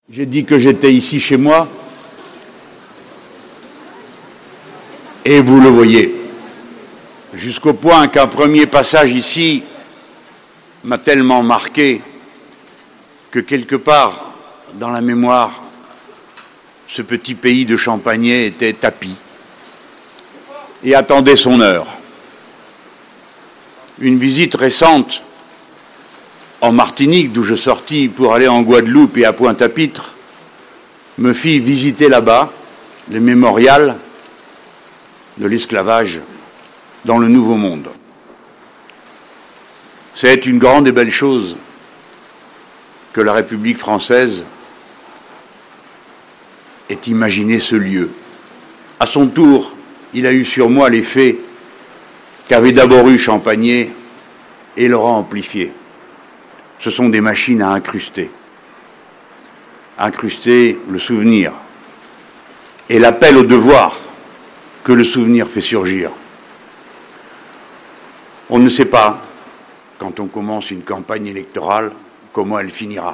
J'ai dit que j'étais ici chez moi, et vous le voyez, jusqu'au point qu'un premier passage ici m'a tellement marqué que quelque part dans la mémoire, ce petit pays de Champagney était tapi et attendait son heure. Une visite récente en Martinique, d'où je sortis pour aller en Guadeloupe et à Pointe-à-Pitre, me fit visiter là-bas le mémorial de l'esclavage dans le Nouveau Monde. C'est une grande et belle chose que la République française ait imaginé ce lieu. À son tour, il a eu sur moi l'effet qu'avait d'abord eu Champagney et l'aura amplifié. Ce sont des machines à incruster le souvenir et l'appel au devoir que le souvenir fait surgir. On ne sait pas, quand on commence une campagne électorale, comment elle finira.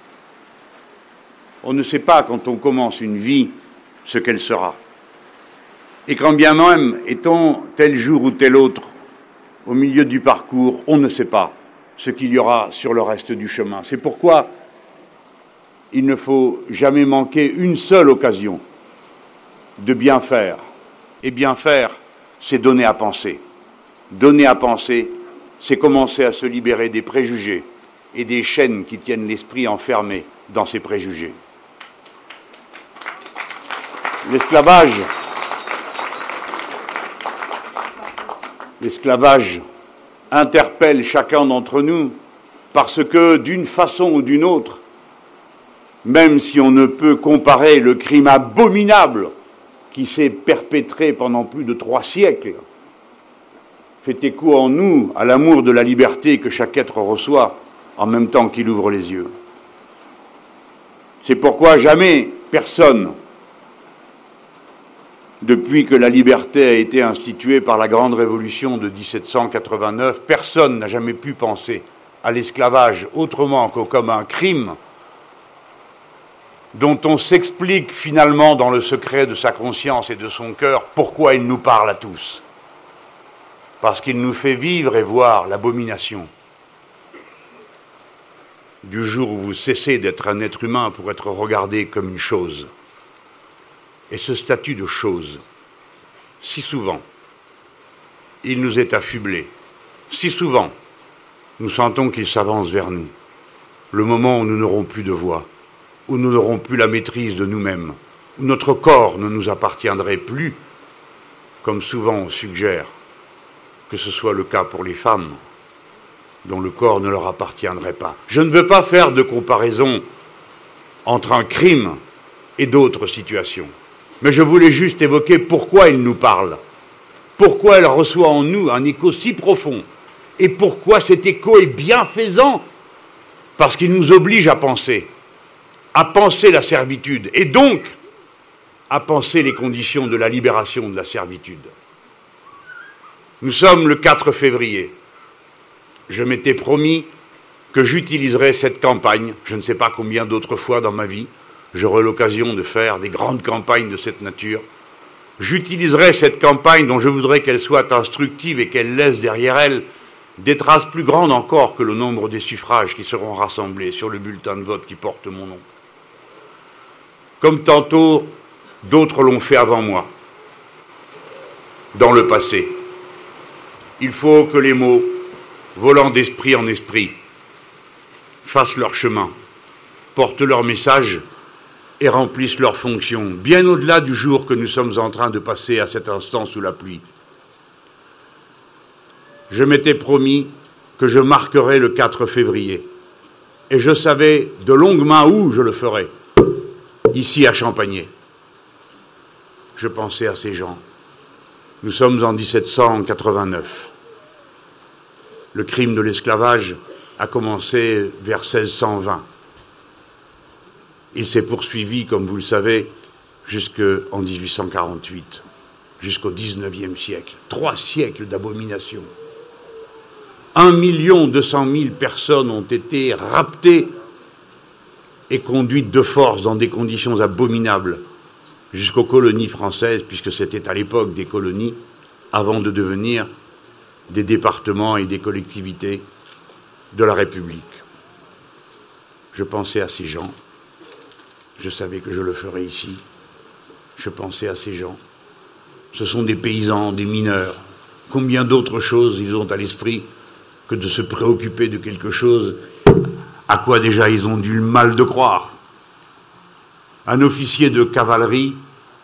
On ne sait pas, quand on commence une vie, ce qu'elle sera. Et quand bien même est-on tel jour ou tel autre au milieu du parcours, on ne sait pas ce qu'il y aura sur le reste du chemin. C'est pourquoi il ne faut jamais manquer une seule occasion de bien faire. Et bien faire, c'est donner à penser. Donner à penser, c'est commencer à se libérer des préjugés et des chaînes qui tiennent l'esprit enfermé dans ces préjugés. L'esclavage interpelle chacun d'entre nous parce que, d'une façon ou d'une autre, même si on ne peut comparer le crime abominable qui s'est perpétré pendant plus de 3 siècles, fait écho en nous à l'amour de la liberté que chaque être reçoit en même temps qu'il ouvre les yeux. C'est pourquoi jamais personne, depuis que la liberté a été instituée par la grande révolution de 1789, personne n'a jamais pu penser à l'esclavage autrement que comme un crime dont on s'explique finalement dans le secret de sa conscience et de son cœur pourquoi il nous parle à tous. Parce qu'il nous fait vivre et voir l'abomination du jour où vous cessez d'être un être humain pour être regardé comme une chose. Et ce statut de chose, si souvent, il nous est affublé. Si souvent, nous sentons qu'il s'avance vers nous. Le moment où nous n'aurons plus de voix, où nous n'aurons plus la maîtrise de nous-mêmes, où notre corps ne nous appartiendrait plus, comme souvent on suggère que ce soit le cas pour les femmes, dont le corps ne leur appartiendrait pas. Je ne veux pas faire de comparaison entre un crime et d'autres situations. Mais je voulais juste évoquer pourquoi il nous parle, pourquoi elle reçoit en nous un écho si profond, et pourquoi cet écho est bienfaisant, parce qu'il nous oblige à penser la servitude, et donc à penser les conditions de la libération de la servitude. Nous sommes le 4 février. Je m'étais promis que j'utiliserais cette campagne, je ne sais pas combien d'autres fois dans ma vie, j'aurai l'occasion de faire des grandes campagnes de cette nature. J'utiliserai cette campagne dont je voudrais qu'elle soit instructive et qu'elle laisse derrière elle des traces plus grandes encore que le nombre des suffrages qui seront rassemblés sur le bulletin de vote qui porte mon nom. Comme tantôt, d'autres l'ont fait avant moi, dans le passé. Il faut que les mots, volant d'esprit en esprit, fassent leur chemin, portent leur message et remplissent leur fonction, bien au-delà du jour que nous sommes en train de passer à cet instant sous la pluie. Je m'étais promis que je marquerais le 4 février, et je savais de longue main où je le ferais, ici à Champagney. Je pensais à ces gens. Nous sommes en 1789. Le crime de l'esclavage a commencé vers 1620. Il s'est poursuivi, comme vous le savez, jusqu'en 1848, jusqu'au XIXe siècle. 3 siècles d'abomination. 1 200 000 personnes ont été raptées et conduite de force dans des conditions abominables jusqu'aux colonies françaises, puisque c'était à l'époque des colonies, avant de devenir des départements et des collectivités de la République. Je pensais à ces gens, je savais que je le ferais ici, je pensais à ces gens. Ce sont des paysans, des mineurs. Combien d'autres choses ils ont à l'esprit que de se préoccuper de quelque chose à quoi déjà ils ont du mal de croire. Un officier de cavalerie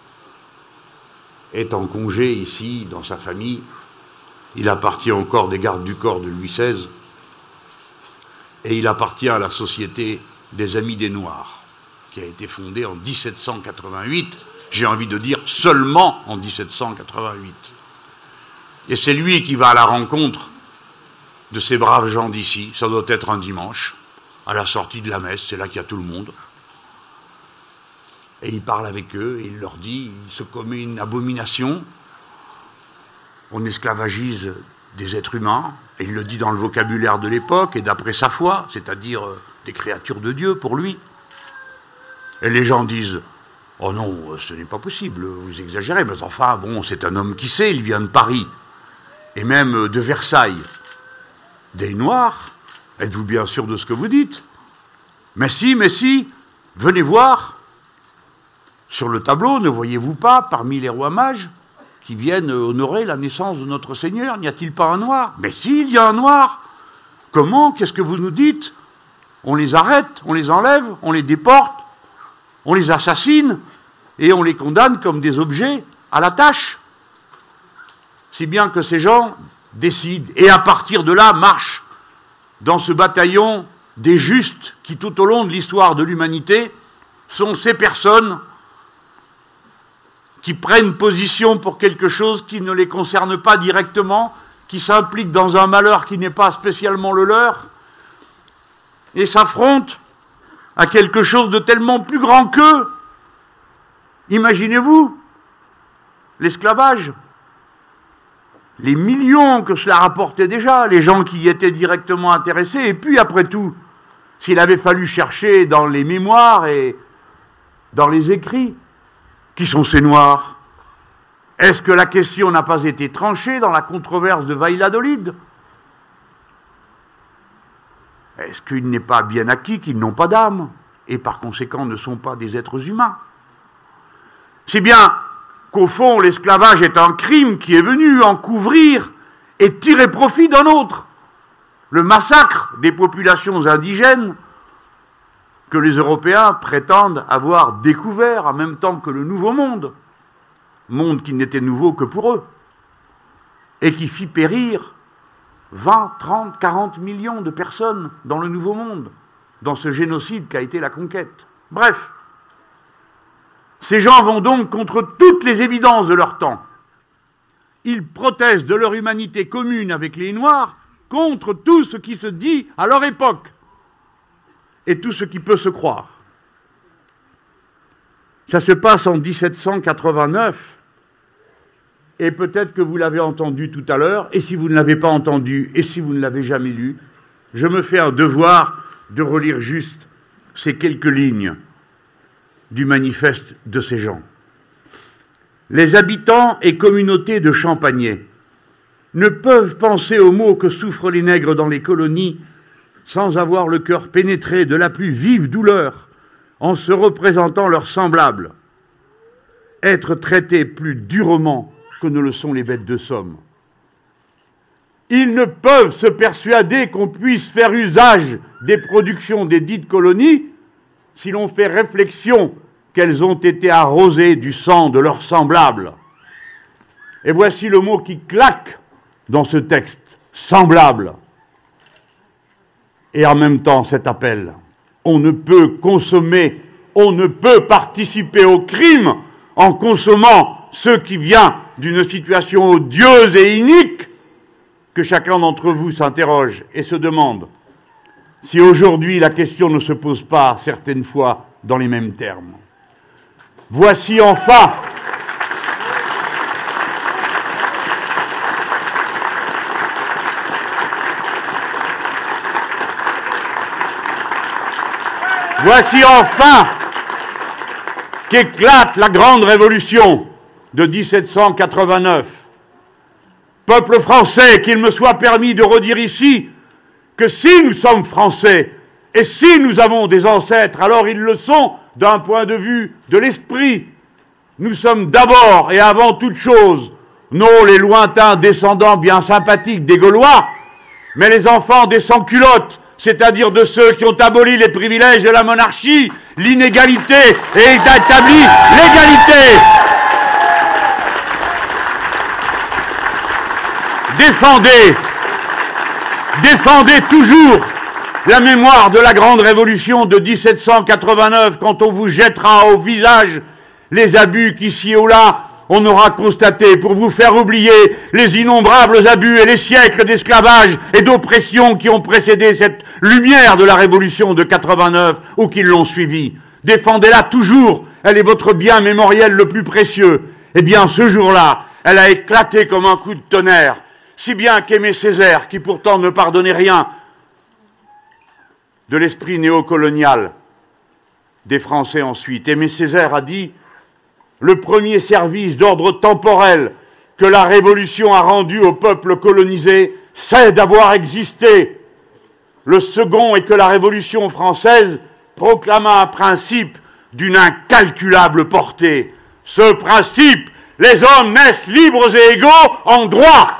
est en congé ici, dans sa famille. Il appartient au corps des gardes du corps de Louis XVI. Et il appartient à la Société des Amis des Noirs, qui a été fondée en 1788, j'ai envie de dire seulement en 1788. Et c'est lui qui va à la rencontre de ces braves gens d'ici, ça doit être un dimanche, à la sortie de la messe, c'est là qu'il y a tout le monde. Et il parle avec eux, et il leur dit, il se commet une abomination, on esclavagise des êtres humains, et il le dit dans le vocabulaire de l'époque et d'après sa foi, c'est-à-dire des créatures de Dieu pour lui. Et les gens disent, oh non, ce n'est pas possible, vous exagérez, mais enfin, bon, c'est un homme qui sait, il vient de Paris, et même de Versailles. Des Noirs, êtes-vous bien sûr de ce que vous dites? Mais si, venez voir, sur le tableau, ne voyez-vous pas, parmi les rois mages, qui viennent honorer la naissance de notre Seigneur, n'y a-t-il pas un noir? Mais si, il y a un noir. Comment? Qu'est-ce que vous nous dites? On les arrête, on les enlève, on les déporte, on les assassine, et on les condamne comme des objets à la tâche. Si bien que ces gens décident, et à partir de là, marchent dans ce bataillon des justes qui, tout au long de l'histoire de l'humanité, sont ces personnes qui prennent position pour quelque chose qui ne les concerne pas directement, qui s'impliquent dans un malheur qui n'est pas spécialement le leur, et s'affrontent à quelque chose de tellement plus grand qu'eux. Imaginez-vous l'esclavage, les millions que cela rapportait déjà, les gens qui y étaient directement intéressés, et puis après tout, s'il avait fallu chercher dans les mémoires et dans les écrits, qui sont ces Noirs? Est-ce que la question n'a pas été tranchée dans la controverse de Valladolid? Est-ce qu'il n'est pas bien acquis qu'ils n'ont pas d'âme, et par conséquent ne sont pas des êtres humains? Si bien qu'au fond, l'esclavage est un crime qui est venu en couvrir et tirer profit d'un autre. Le massacre des populations indigènes que les Européens prétendent avoir découvert en même temps que le Nouveau Monde, monde qui n'était nouveau que pour eux, et qui fit périr 20, 30, 40 millions de personnes dans le Nouveau Monde, dans ce génocide qu'a été la conquête. Bref, ces gens vont donc contre toutes les évidences de leur temps. Ils protestent de leur humanité commune avec les Noirs contre tout ce qui se dit à leur époque et tout ce qui peut se croire. Ça se passe en 1789, et peut-être que vous l'avez entendu tout à l'heure, et si vous ne l'avez pas entendu, et si vous ne l'avez jamais lu, je me fais un devoir de relire juste ces quelques lignes du manifeste de ces gens. Les habitants et communautés de Champagné ne peuvent penser aux maux que souffrent les nègres dans les colonies sans avoir le cœur pénétré de la plus vive douleur en se représentant leurs semblables, être traités plus durement que ne le sont les bêtes de somme. Ils ne peuvent se persuader qu'on puisse faire usage des productions des dites colonies si l'on fait réflexion qu'elles ont été arrosées du sang de leurs semblables. Et voici le mot qui claque dans ce texte, semblable. Et en même temps cet appel. On ne peut consommer, on ne peut participer au crime en consommant ce qui vient d'une situation odieuse et inique, que chacun d'entre vous s'interroge et se demande si aujourd'hui la question ne se pose pas certaines fois dans les mêmes termes. Voici enfin Voici enfin qu'éclate la grande révolution de 1789. Peuple français, qu'il me soit permis de redire ici que si nous sommes français et si nous avons des ancêtres, alors ils le sont d'un point de vue de l'esprit. Nous sommes d'abord et avant toute chose, non les lointains descendants bien sympathiques des Gaulois, mais les enfants des sans-culottes, c'est-à-dire de ceux qui ont aboli les privilèges de la monarchie, l'inégalité et établi l'égalité. Défendez toujours la mémoire de la grande révolution de 1789 quand on vous jettera au visage les abus qu'ici ou là on aura constatés pour vous faire oublier les innombrables abus et les siècles d'esclavage et d'oppression qui ont précédé cette lumière de la révolution de 89 ou qui l'ont suivie. Défendez-la toujours, elle est votre bien mémoriel le plus précieux. Eh bien, ce jour-là, elle a éclaté comme un coup de tonnerre, si bien qu'Aimé Césaire, qui pourtant ne pardonnait rien de l'esprit néocolonial des Français ensuite, Aimé Césaire a dit: le premier service d'ordre temporel que la Révolution a rendu au peuple colonisé, c'est d'avoir existé. Le second est que la Révolution française proclama un principe d'une incalculable portée. Ce principe, les hommes naissent libres et égaux en droit.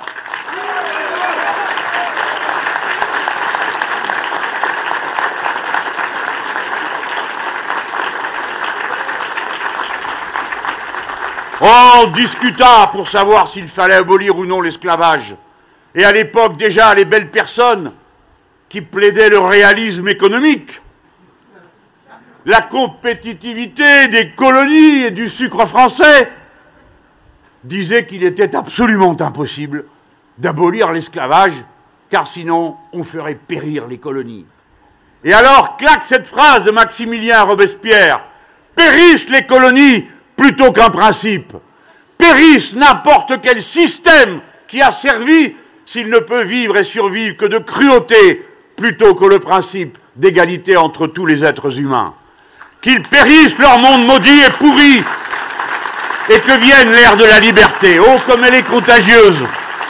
On discuta pour savoir s'il fallait abolir ou non l'esclavage. Et à l'époque, déjà, les belles personnes qui plaidaient le réalisme économique, la compétitivité des colonies et du sucre français, disaient qu'il était absolument impossible d'abolir l'esclavage, car sinon on ferait périr les colonies. Et alors, claque cette phrase de Maximilien Robespierre: périssent les colonies plutôt qu'un principe. Périsse n'importe quel système qui a servi s'il ne peut vivre et survivre que de cruauté plutôt que le principe d'égalité entre tous les êtres humains. Qu'ils périssent leur monde maudit et pourri et que vienne l'ère de la liberté. Oh, comme elle est contagieuse!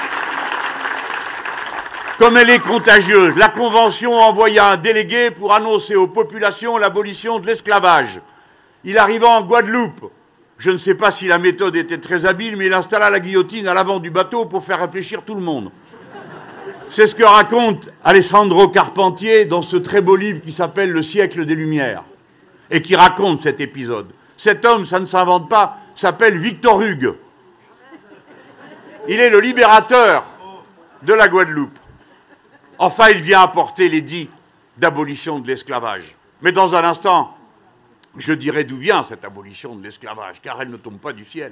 Comme elle est contagieuse. La Convention envoya un délégué pour annoncer aux populations l'abolition de l'esclavage. Il arriva en Guadeloupe. Je ne sais pas si la méthode était très habile, mais il installa la guillotine à l'avant du bateau pour faire réfléchir tout le monde. C'est ce que raconte Alessandro Carpentier dans ce très beau livre qui s'appelle Le siècle des Lumières, et qui raconte cet épisode. Cet homme, ça ne s'invente pas, s'appelle Victor Hugues. Il est le libérateur de la Guadeloupe. Enfin, il vient apporter l'édit d'abolition de l'esclavage. Mais dans un instant, je dirai d'où vient cette abolition de l'esclavage, car elle ne tombe pas du ciel.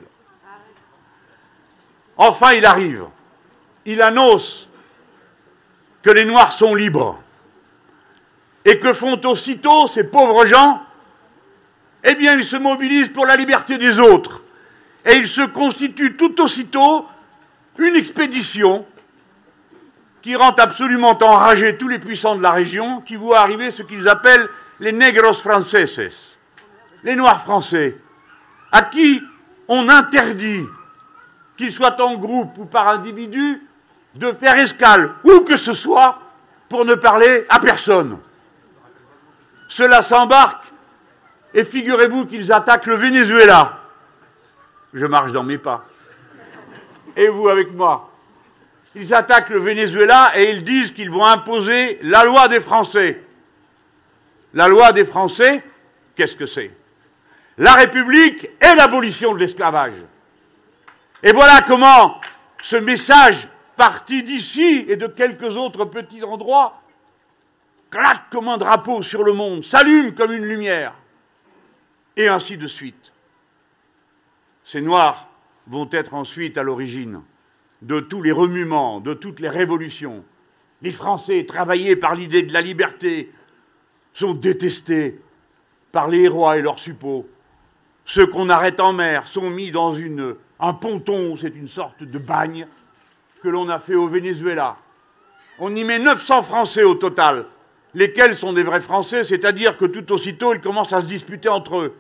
Enfin, il arrive. Il annonce que les Noirs sont libres. Et que font aussitôt ces pauvres gens? Eh bien, ils se mobilisent pour la liberté des autres. Et il se constitue tout aussitôt une expédition qui rend absolument enragés tous les puissants de la région, qui voient arriver ce qu'ils appellent les negros franceses, les Noirs français, à qui on interdit, qu'ils soient en groupe ou par individu, de faire escale, où que ce soit, pour ne parler à personne. Ceux-là s'embarquent, et figurez-vous qu'ils attaquent le Venezuela. Je marche dans mes pas. Et vous avec moi. Ils attaquent le Venezuela et ils disent qu'ils vont imposer la loi des Français. La loi des Français, qu'est-ce que c'est? La République et l'abolition de l'esclavage. Et voilà comment ce message, parti d'ici et de quelques autres petits endroits, claque comme un drapeau sur le monde, s'allume comme une lumière, et ainsi de suite. Ces Noirs vont être ensuite à l'origine de tous les remuements, de toutes les révolutions. Les Français, travaillés par l'idée de la liberté, sont détestés par les héros et leurs suppôts. Ceux qu'on arrête en mer sont mis dans un ponton, c'est une sorte de bagne que l'on a fait au Venezuela. On y met 900 Français au total. lesquels sont des vrais Français, c'est-à-dire que tout aussitôt, ils commencent à se disputer entre eux.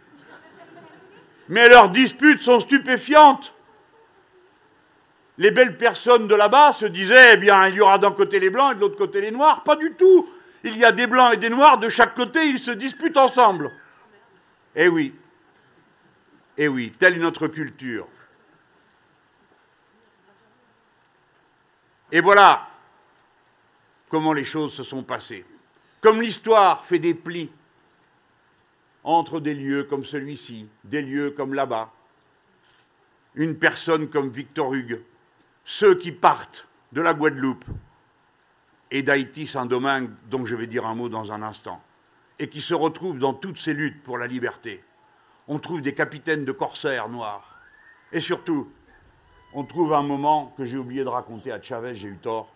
Mais leurs disputes sont stupéfiantes. Les belles personnes de là-bas se disaient, eh bien, il y aura d'un côté les Blancs et de l'autre côté les Noirs. Pas du tout. Il y a des Blancs et des Noirs de chaque côté, ils se disputent ensemble. Eh oui, telle est notre culture. Et voilà comment les choses se sont passées. Comme l'histoire fait des plis entre des lieux comme celui-ci, des lieux comme là-bas, une personne comme Victor Hugues, ceux qui partent de la Guadeloupe et d'Haïti-Saint-Domingue, dont je vais dire un mot dans un instant, et qui se retrouvent dans toutes ces luttes pour la liberté. On trouve des capitaines de corsaires noirs. Et surtout, on trouve un moment que j'ai oublié de raconter à Chavez, j'ai eu tort.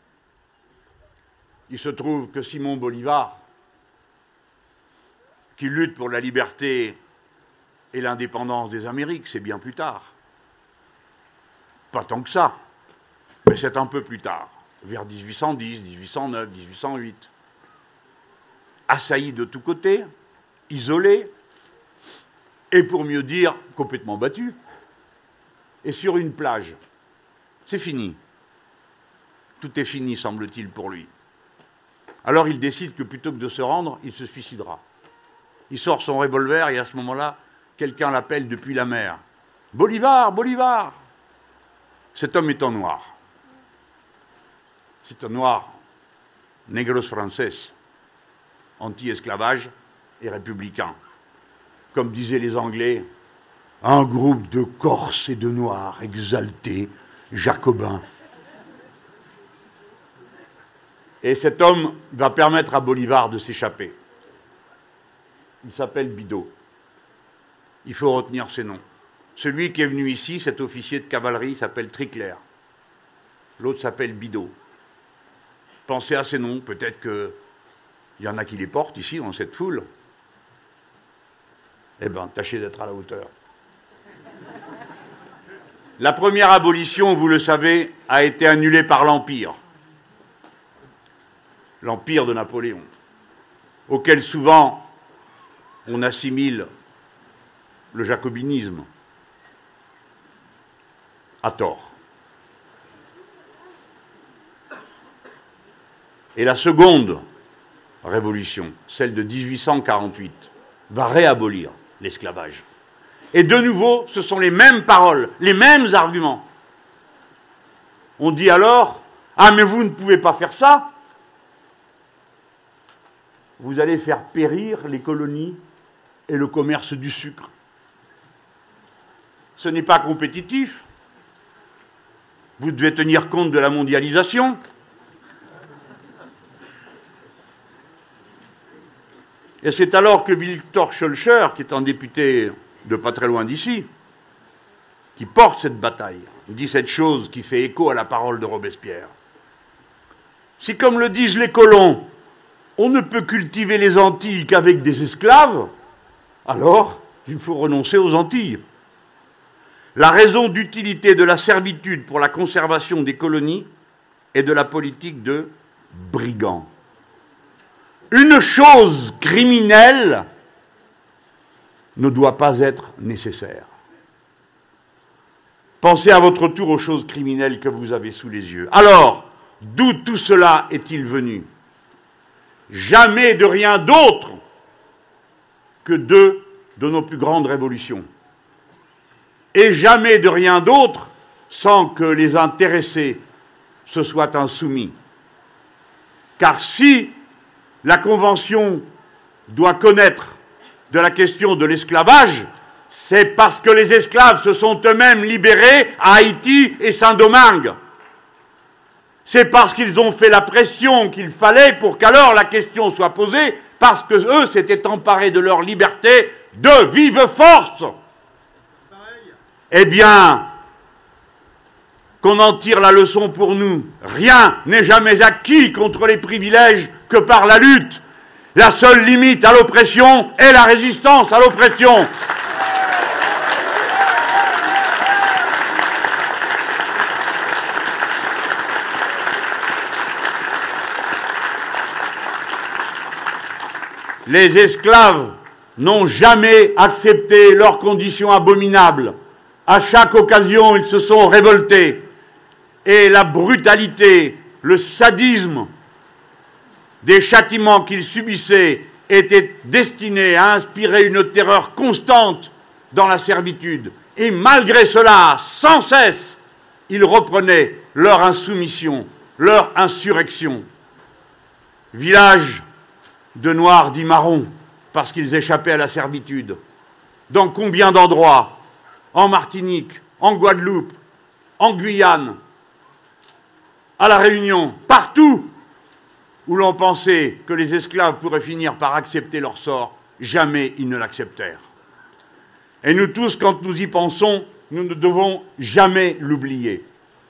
Il se trouve que Simon Bolivar, qui lutte pour la liberté et l'indépendance des Amériques, c'est bien plus tard. Pas tant que ça, mais c'est un peu plus tard, vers 1810, 1809, 1808. Assailli de tous côtés, isolé, et pour mieux dire, complètement battu, et sur une plage. C'est fini. Tout est fini, semble-t-il, pour lui. Alors il décide que plutôt que de se rendre, il se suicidera. Il sort son revolver et à ce moment-là, quelqu'un l'appelle depuis la mer. « Bolivar, Bolivar !» Cet homme est en noir. C'est un noir, negros français, anti-esclavage et républicain. Comme disaient les Anglais, un groupe de Corses et de Noirs exaltés, jacobins. Et cet homme va permettre à Bolivar de s'échapper. Il s'appelle Bidault. Il faut retenir ses noms. Celui qui est venu ici, cet officier de cavalerie, s'appelle Tricler. L'autre s'appelle Bidault. Pensez à ces noms, peut-être qu'il y en a qui les portent ici, dans cette foule. Eh bien, tâchez d'être à la hauteur. La première abolition, vous le savez, a été annulée par l'Empire. L'Empire de Napoléon, auquel souvent on assimile le jacobinisme, à tort. Et la seconde révolution, celle de 1848, va réabolir l'esclavage. Et de nouveau, ce sont les mêmes paroles, les mêmes arguments. On dit alors, ah mais vous ne pouvez pas faire ça, vous allez faire périr les colonies et le commerce du sucre. Ce n'est pas compétitif. Vous devez tenir compte de la mondialisation. Et c'est alors que Victor Schœlcher, qui est un député de pas très loin d'ici, qui porte cette bataille, dit cette chose qui fait écho à la parole de Robespierre. Si, comme le disent les colons, on ne peut cultiver les Antilles qu'avec des esclaves, alors il faut renoncer aux Antilles. La raison d'utilité de la servitude pour la conservation des colonies est de la politique de brigands. Une chose criminelle ne doit pas être nécessaire. Pensez à votre tour aux choses criminelles que vous avez sous les yeux. Alors, d'où tout cela est-il venu ? Jamais de rien d'autre que deux de nos plus grandes révolutions. Et jamais de rien d'autre sans que les intéressés se soient insoumis. Car si la Convention doit connaître de la question de l'esclavage, c'est parce que les esclaves se sont eux-mêmes libérés à Haïti et Saint-Domingue. C'est parce qu'ils ont fait la pression qu'il fallait pour qu'alors la question soit posée, parce que eux s'étaient emparés de leur liberté de vive force. Eh bien, qu'on en tire la leçon pour nous. Rien n'est jamais acquis contre les privilèges que par la lutte. La seule limite à l'oppression est la résistance à l'oppression. Les esclaves n'ont jamais accepté leurs conditions abominables. À chaque occasion, ils se sont révoltés. Et la brutalité, le sadisme des châtiments qu'ils subissaient étaient destinés à inspirer une terreur constante dans la servitude. Et malgré cela, sans cesse, ils reprenaient leur insoumission, leur insurrection. Village de noirs dits marrons, parce qu'ils échappaient à la servitude. Dans combien d'endroits? En Martinique, en Guadeloupe, en Guyane, à La Réunion, partout où l'on pensait que les esclaves pourraient finir par accepter leur sort, jamais ils ne l'acceptèrent. Et nous tous, quand nous y pensons, nous ne devons jamais l'oublier.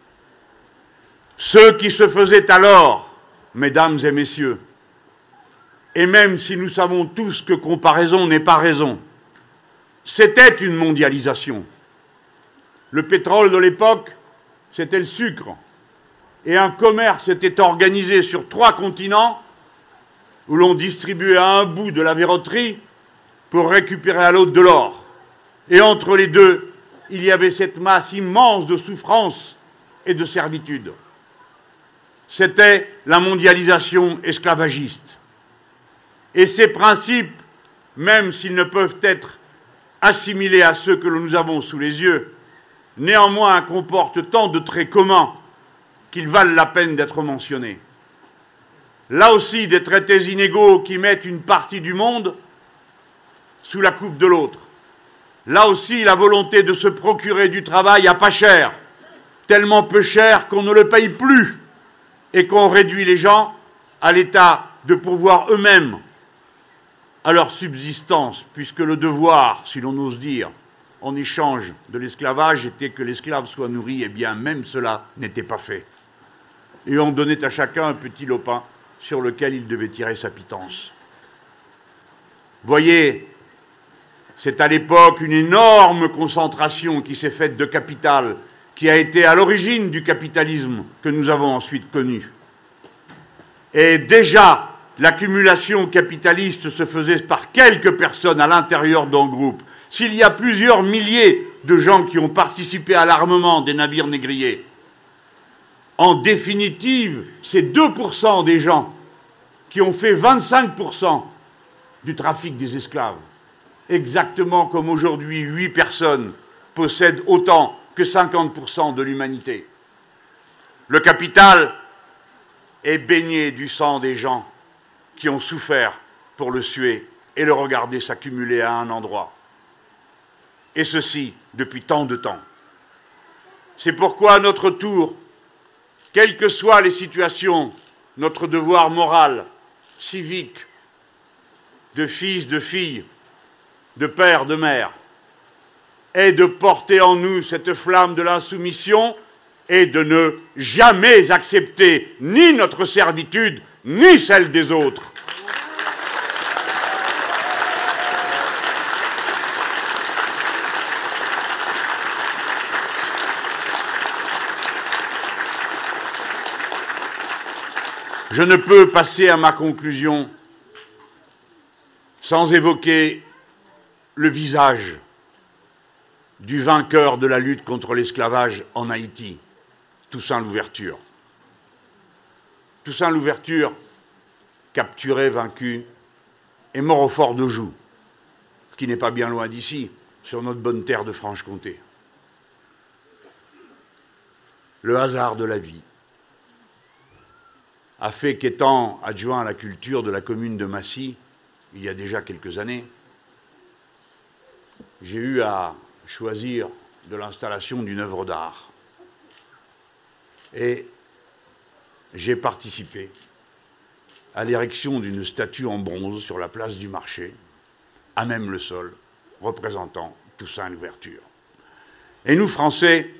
Ceux qui se faisaient alors, mesdames et messieurs, et même si nous savons tous que comparaison n'est pas raison, c'était une mondialisation. Le pétrole de l'époque, c'était le sucre. Et un commerce était organisé sur 3 continents où l'on distribuait à un bout de la verroterie pour récupérer à l'autre de l'or. Et entre les deux, il y avait cette masse immense de souffrance et de servitude. C'était la mondialisation esclavagiste. Et ces principes, même s'ils ne peuvent être assimilés à ceux que nous avons sous les yeux, néanmoins comportent tant de traits communs qu'ils valent la peine d'être mentionnés. Là aussi, des traités inégaux qui mettent une partie du monde sous la coupe de l'autre. Là aussi, la volonté de se procurer du travail à pas cher, tellement peu cher qu'on ne le paye plus et qu'on réduit les gens à l'état de pourvoir eux-mêmes à leur subsistance, puisque le devoir, si l'on ose dire, en échange de l'esclavage, était que l'esclave soit nourri, et bien même cela n'était pas fait. Et on donnait à chacun un petit lopin sur lequel il devait tirer sa pitance. Voyez, c'est à l'époque une énorme concentration qui s'est faite de capital, qui a été à l'origine du capitalisme que nous avons ensuite connu. Et déjà, l'accumulation capitaliste se faisait par quelques personnes à l'intérieur d'un groupe. S'il y a plusieurs milliers de gens qui ont participé à l'armement des navires négriers, en définitive, c'est 2% des gens qui ont fait 25% du trafic des esclaves. Exactement comme aujourd'hui, 8 personnes possèdent autant que 50% de l'humanité. Le capital est baigné du sang des gens qui ont souffert pour le suer et le regarder s'accumuler à un endroit. Et ceci depuis tant de temps. C'est pourquoi à notre tour, quelles que soient les situations, notre devoir moral, civique, de fils, de filles, de père, de mère, est de porter en nous cette flamme de l'insoumission et de ne jamais accepter ni notre servitude, ni celle des autres. Je ne peux passer à ma conclusion sans évoquer le visage du vainqueur de la lutte contre l'esclavage en Haïti, Toussaint Louverture. Toussaint Louverture, capturé, vaincu, est mort au fort de Joux, qui n'est pas bien loin d'ici, sur notre bonne terre de Franche-Comté. Le hasard de la vie a fait qu'étant adjoint à la culture de la commune de Massy, il y a déjà quelques années, j'ai eu à choisir de l'installation d'une œuvre d'art. Et j'ai participé à l'érection d'une statue en bronze sur la place du marché, à même le sol, représentant Toussaint Louverture. Et nous, Français,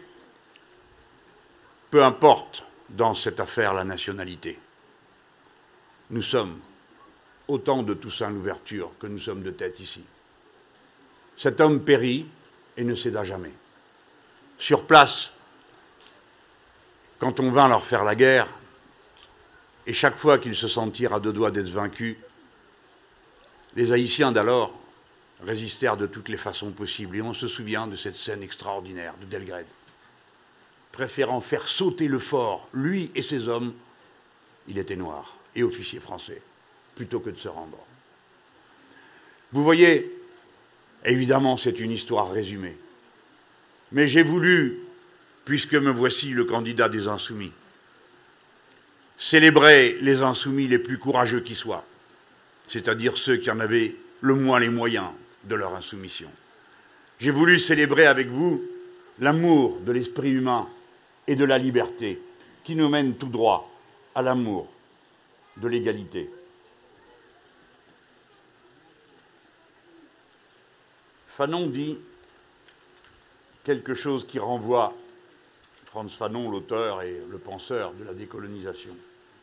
peu importe dans cette affaire la nationalité, nous sommes autant de Toussaint Louverture que nous sommes de tête ici. Cet homme périt et ne céda jamais. Sur place, quand on vint leur faire la guerre, et chaque fois qu'ils se sentirent à 2 doigts d'être vaincus, Les Haïtiens d'alors résistèrent de toutes les façons possibles, et on se souvient de cette scène extraordinaire de Delgrès. Préférant faire sauter le fort, lui et ses hommes, il était noir et officier français, plutôt que de se rendre. Vous voyez, évidemment c'est une histoire résumée, mais j'ai voulu, puisque me voici le candidat des Insoumis, célébrer les Insoumis les plus courageux qui soient, c'est-à-dire ceux qui en avaient le moins les moyens de leur insoumission. J'ai voulu célébrer avec vous l'amour de l'esprit humain et de la liberté qui nous mène tout droit à l'amour de l'égalité. Fanon dit quelque chose qui renvoie Frantz Fanon, l'auteur et le penseur de la décolonisation,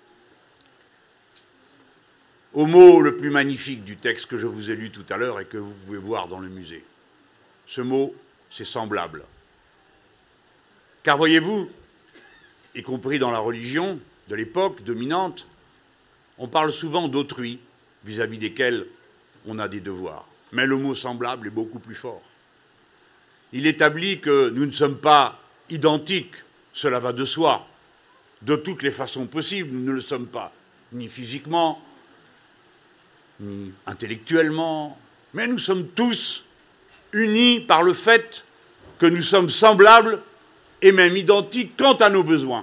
au mot le plus magnifique du texte que je vous ai lu tout à l'heure et que vous pouvez voir dans le musée. Ce mot, c'est semblable. Car voyez-vous, y compris dans la religion de l'époque dominante, on parle souvent d'autrui vis-à-vis desquels on a des devoirs. Mais le mot semblable est beaucoup plus fort. Il établit que nous ne sommes pas identiques, cela va de soi. De toutes les façons possibles, nous ne le sommes pas, ni physiquement, ni intellectuellement, mais nous sommes tous unis par le fait que nous sommes semblables et même identiques quant à nos besoins.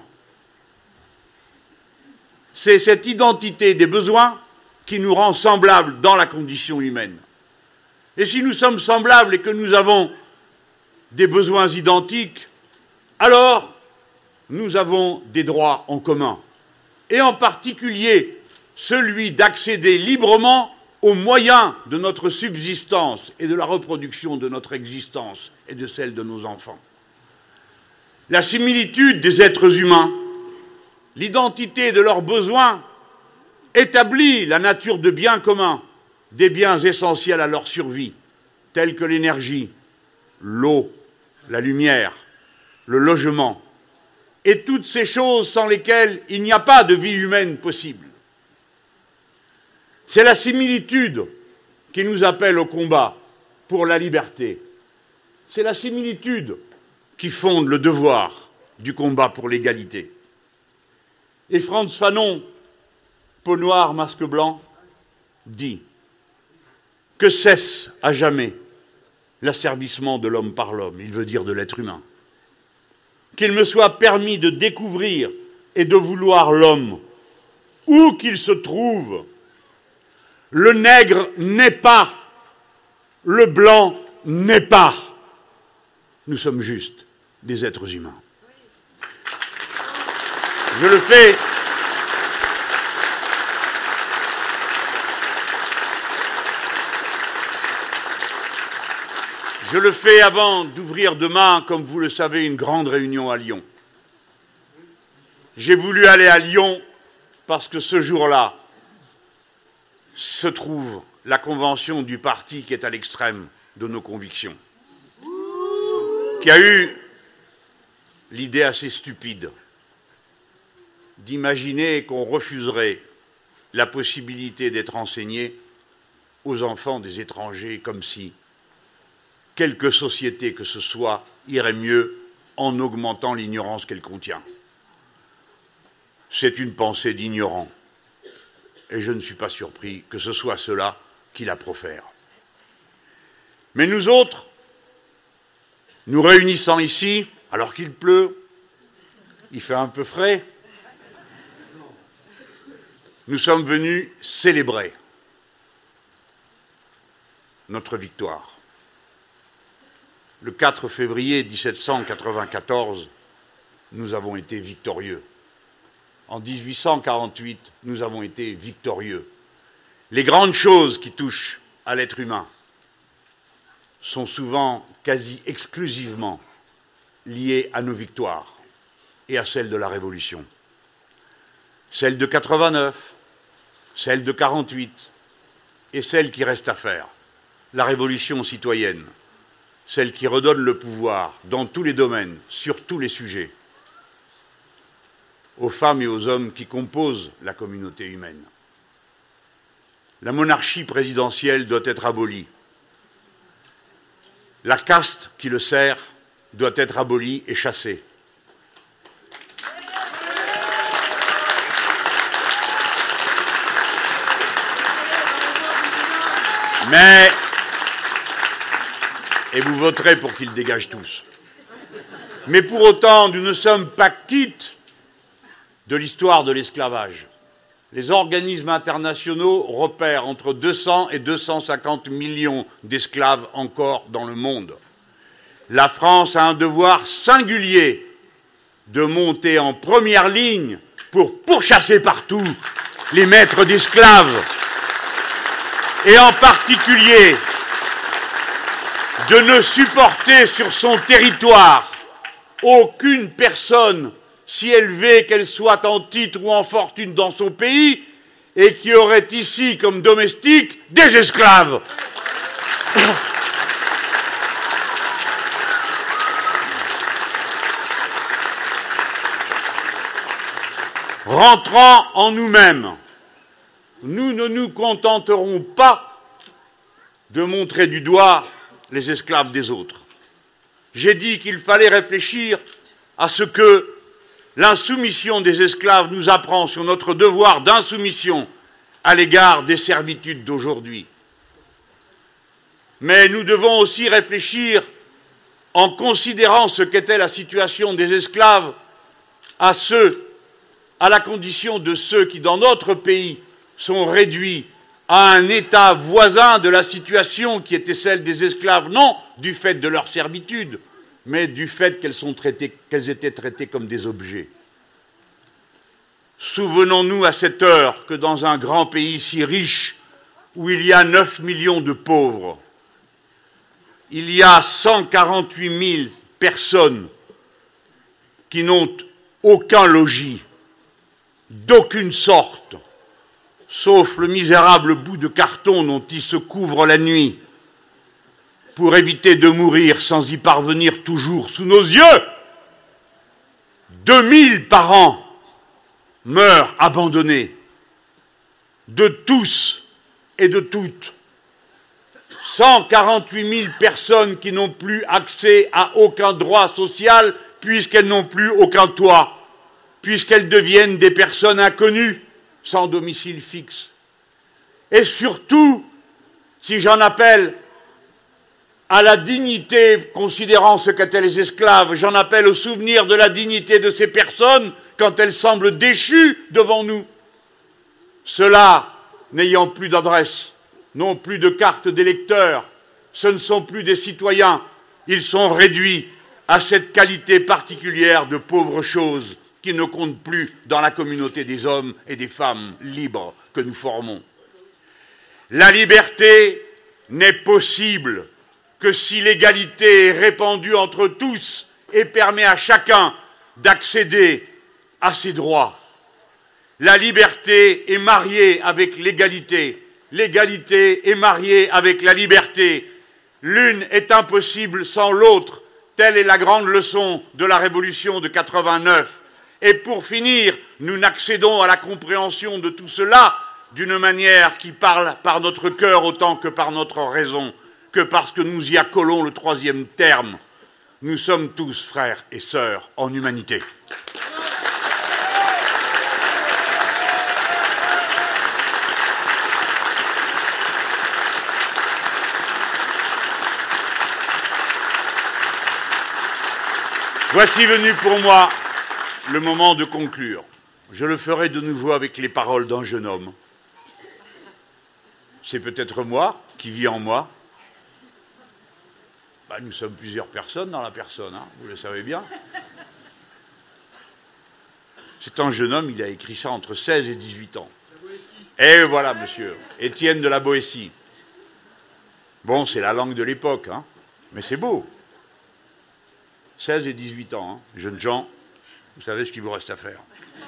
C'est cette identité des besoins qui nous rend semblables dans la condition humaine. Et si nous sommes semblables et que nous avons des besoins identiques, alors nous avons des droits en commun, et en particulier celui d'accéder librement aux moyens de notre subsistance et de la reproduction de notre existence et de celle de nos enfants. La similitude des êtres humains, l'identité de leurs besoins, établit la nature de biens communs, des biens essentiels à leur survie, tels que l'énergie, l'eau, la lumière, le logement, et toutes ces choses sans lesquelles il n'y a pas de vie humaine possible. C'est la similitude qui nous appelle au combat pour la liberté. C'est la similitude qui fonde le devoir du combat pour l'égalité. Et Frantz Fanon, peau noire, masque blanc, dit que cesse à jamais l'asservissement de l'homme par l'homme, il veut dire de l'être humain. Qu'il me soit permis de découvrir et de vouloir l'homme, où qu'il se trouve. Le nègre n'est pas, le blanc n'est pas. Nous sommes juste des êtres humains. Je le fais avant d'ouvrir demain, comme vous le savez, une grande réunion à Lyon. J'ai voulu aller à Lyon parce que ce jour-là se trouve la convention du parti qui est à l'extrême de nos convictions, qui a eu l'idée assez stupide d'imaginer qu'on refuserait la possibilité d'être enseigné aux enfants des étrangers comme si quelque société que ce soit irait mieux en augmentant l'ignorance qu'elle contient. C'est une pensée d'ignorant, et je ne suis pas surpris que ce soit cela qui la profère. Mais nous autres, nous réunissant ici, alors qu'il pleut, il fait un peu frais, nous sommes venus célébrer notre victoire. Le 4 février 1794, nous avons été victorieux. En 1848, nous avons été victorieux. Les grandes choses qui touchent à l'être humain sont souvent, quasi exclusivement, liées à nos victoires et à celles de la Révolution. Celle de 89, celle de 48 et celle qui reste à faire, la Révolution citoyenne, celle qui redonne le pouvoir dans tous les domaines, sur tous les sujets, aux femmes et aux hommes qui composent la communauté humaine. La monarchie présidentielle doit être abolie. La caste qui le sert doit être abolie et chassée. Mais, et vous voterez pour qu'ils dégagent tous. Mais pour autant, nous ne sommes pas quittes de l'histoire de l'esclavage. Les organismes internationaux repèrent entre 200 et 250 millions d'esclaves encore dans le monde. La France a un devoir singulier de monter en première ligne pour pourchasser partout les maîtres d'esclaves et en particulier de ne supporter sur son territoire aucune personne, si élevée qu'elle soit en titre ou en fortune dans son pays, et qui aurait ici comme domestique des esclaves. Rentrant en nous-mêmes, nous ne nous contenterons pas de montrer du doigt les esclaves des autres. J'ai dit qu'il fallait réfléchir à ce que l'insoumission des esclaves nous apprend sur notre devoir d'insoumission à l'égard des servitudes d'aujourd'hui. Mais nous devons aussi réfléchir, en considérant ce qu'était la situation des esclaves, à la condition de ceux qui, dans notre pays, sont réduits à un état voisin de la situation qui était celle des esclaves, non du fait de leur servitude, mais du fait qu'elles étaient traitées comme des objets. Souvenons-nous à cette heure que dans un grand pays si riche, où il y a 9 millions de pauvres, il y a 148 000 personnes qui n'ont aucun logis, d'aucune sorte, sauf le misérable bout de carton dont ils se couvrent la nuit, pour éviter de mourir sans y parvenir toujours sous nos yeux. 2000 par an meurent abandonnés, de tous et de toutes. 148 000 personnes qui n'ont plus accès à aucun droit social puisqu'elles n'ont plus aucun toit, puisqu'elles deviennent des personnes inconnues, sans domicile fixe. Et surtout, si j'en appelle à la dignité, considérant ce qu'étaient les esclaves, j'en appelle au souvenir de la dignité de ces personnes quand elles semblent déchues devant nous. Ceux-là, n'ayant plus d'adresse, n'ont plus de carte d'électeur, ce ne sont plus des citoyens, ils sont réduits à cette qualité particulière de pauvres choses qui ne comptent plus dans la communauté des hommes et des femmes libres que nous formons. La liberté n'est possible que si l'égalité est répandue entre tous et permet à chacun d'accéder à ses droits. La liberté est mariée avec l'égalité, l'égalité est mariée avec la liberté. L'une est impossible sans l'autre, telle est la grande leçon de la Révolution de 89. Et pour finir, nous n'accédons à la compréhension de tout cela d'une manière qui parle par notre cœur autant que par notre raison, que parce que nous y accolons le troisième terme. Nous sommes tous frères et sœurs en humanité. Voici venu pour moi le moment de conclure. Je le ferai de nouveau avec les paroles d'un jeune homme. C'est peut-être moi qui vis en moi. Nous sommes plusieurs personnes dans la personne, hein, vous le savez bien. C'est un jeune homme, il a écrit ça entre 16 et 18 ans. Et voilà, monsieur, Étienne de la Boétie. Bon, c'est la langue de l'époque, hein, mais c'est beau. 16 et 18 ans, hein, jeunes gens, vous savez ce qu'il vous reste à faire.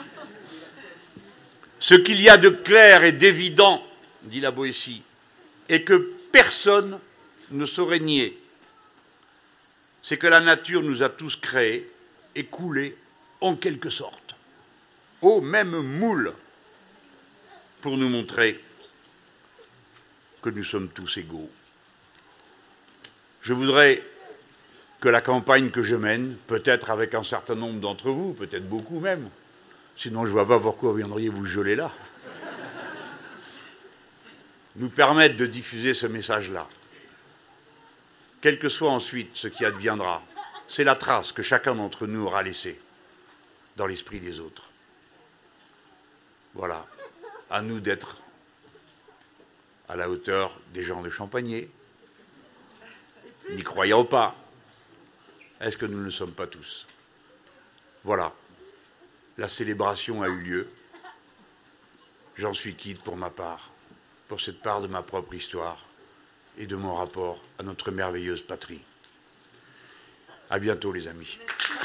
Ce qu'il y a de clair et d'évident, dit la Boétie, et que personne ne saurait nier, c'est que la nature nous a tous créés et coulés en quelque sorte, au même moule, pour nous montrer que nous sommes tous égaux. Je voudrais que la campagne que je mène, peut-être avec un certain nombre d'entre vous, peut-être beaucoup même, sinon je ne vois pas pourquoi vous viendriez vous geler là, nous permette de diffuser ce message-là. Quel que soit ensuite ce qui adviendra, c'est la trace que chacun d'entre nous aura laissée dans l'esprit des autres. Voilà, à nous d'être à la hauteur des gens de Champagné, n'y croyant pas. Est-ce que nous ne le sommes pas tous? Voilà, la célébration a eu lieu. J'en suis quitte pour ma part, pour cette part de ma propre histoire et de mon rapport à notre merveilleuse patrie. À bientôt, les amis.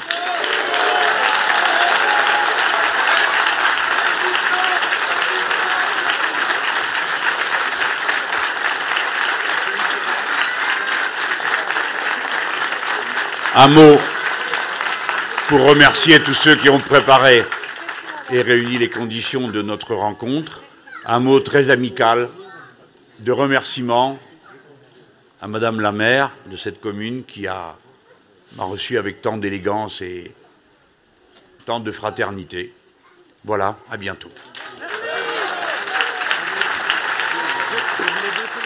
Un mot pour remercier tous ceux qui ont préparé et réuni les conditions de notre rencontre. Un mot très amical de remerciement à Madame la maire de cette commune qui m'a reçu avec tant d'élégance et tant de fraternité. Voilà, à bientôt.